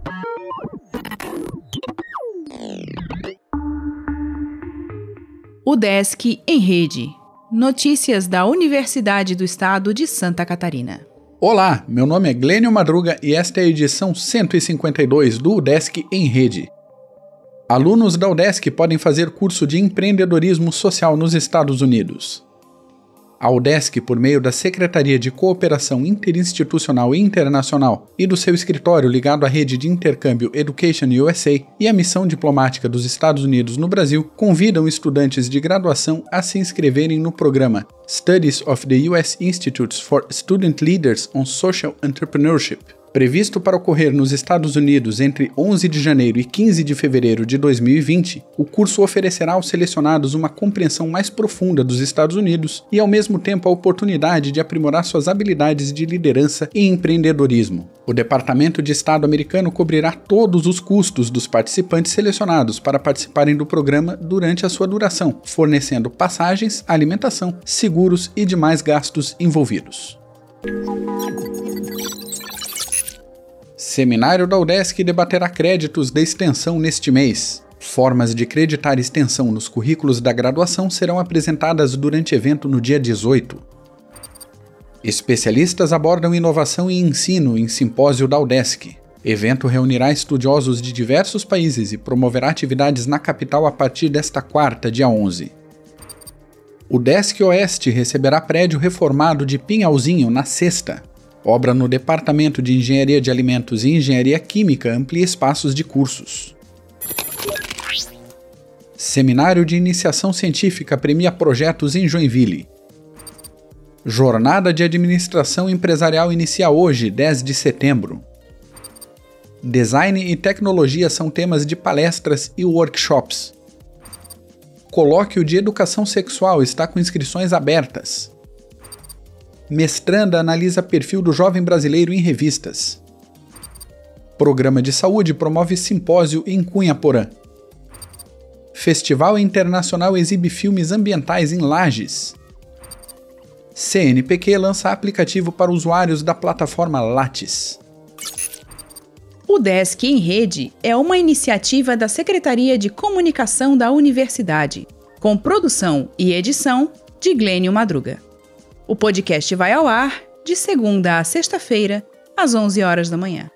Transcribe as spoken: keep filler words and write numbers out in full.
UDESC em Rede. Notícias da Universidade do Estado de Santa Catarina. Olá, meu nome é Glênio Madruga e esta é a edição cento e cinquenta e dois do UDESC em Rede. Alunos da UDESC podem fazer curso de empreendedorismo social nos Estados Unidos. A UDESC, por meio da Secretaria de Cooperação Interinstitucional e Internacional e do seu escritório ligado à rede de intercâmbio Education U S A e à missão diplomática dos Estados Unidos no Brasil, convidam estudantes de graduação a se inscreverem no programa Studies of the U S Institutes for Student Leaders on Social Entrepreneurship. Previsto para ocorrer nos Estados Unidos entre onze de janeiro e quinze de fevereiro de dois mil e vinte, o curso oferecerá aos selecionados uma compreensão mais profunda dos Estados Unidos e, ao mesmo tempo, a oportunidade de aprimorar suas habilidades de liderança e empreendedorismo. O Departamento de Estado americano cobrirá todos os custos dos participantes selecionados para participarem do programa durante a sua duração, fornecendo passagens, alimentação, seguros e demais gastos envolvidos. Seminário da UDESC debaterá créditos de extensão neste mês. Formas de creditar extensão nos currículos da graduação serão apresentadas durante evento no dia dezoito. Especialistas abordam inovação e ensino em simpósio da UDESC. Evento reunirá estudiosos de diversos países e promoverá atividades na capital a partir desta quarta, dia onze. O UDESC Oeste receberá prédio reformado de Pinhalzinho na sexta. Obra no Departamento de Engenharia de Alimentos e Engenharia Química amplia espaços de cursos. Seminário de Iniciação Científica premia projetos em Joinville. Jornada de Administração Empresarial inicia hoje, dez de setembro. Design e tecnologia são temas de palestras e workshops. Colóquio de Educação Sexual está com inscrições abertas. Mestranda analisa perfil do jovem brasileiro em revistas. Programa de Saúde promove simpósio em Cunha Porã. Festival Internacional exibe filmes ambientais em Lages. C N P Q lança aplicativo para usuários da plataforma Lattes. UDESC em Rede é uma iniciativa da Secretaria de Comunicação da Universidade, com produção e edição de Glênio Madruga. O podcast vai ao ar de segunda a sexta-feira, às onze horas da manhã.